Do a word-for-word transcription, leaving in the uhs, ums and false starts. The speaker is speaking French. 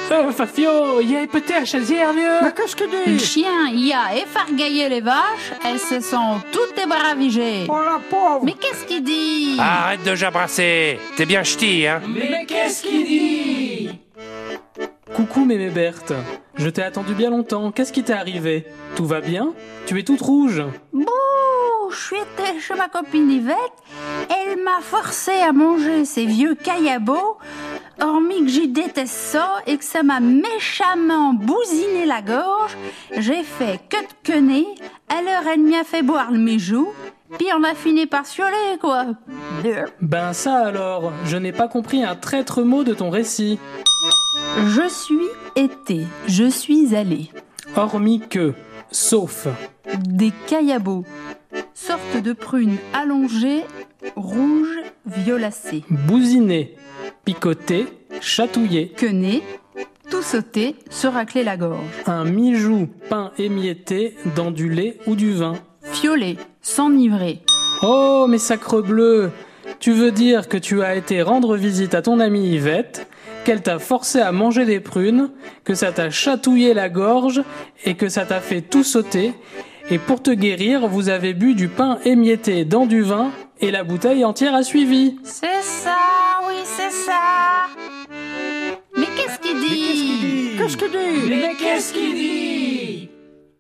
Euh, Fafio, il y a peut-être à chasière, vieux. Mais qu'est-ce qu'il Le dit? chien y a effargaillé les vaches, elles se sont toutes ébravigées. Oh la pauvre! Mais qu'est-ce qu'il dit? Arrête de jabrasser. T'es bien ch'ti, hein? Mais qu'est-ce qu'il dit? Coucou mémé Berthe, je t'ai attendu bien longtemps, qu'est-ce qui t'est arrivé? Tout va bien? Tu es toute rouge. Bouh, je suis été chez ma copine Yvette, elle m'a forcé à manger ces vieux caillabots, hormis que j'y déteste ça et que ça m'a méchamment bousiné la gorge, j'ai fait que de quener, alors elle m'y a fait boire le méjou, puis on a fini par fioler, quoi. Ben ça alors, je n'ai pas compris un traître mot de ton récit. Je suis été, je suis allé. Hormis que, sauf. Des caillabots, sorte de prunes allongées, rouges, violacées. Bousiner, picoter, chatouiller. Quener, tout sauter, se racler la gorge. Un mijou peint émietté dans du lait ou du vin. Fioler, s'enivrer. Oh, mais sacrebleu! Tu veux dire que tu as été rendre visite à ton amie Yvette, qu'elle t'a forcé à manger des prunes, que ça t'a chatouillé la gorge et que ça t'a fait tout sauter, et pour te guérir, vous avez bu du pain émietté dans du vin et la bouteille entière a suivi. C'est ça, oui, c'est ça. Mais qu'est-ce qu'il dit? Qu'est-ce qu'il dit? Mais qu'est-ce qu'il dit?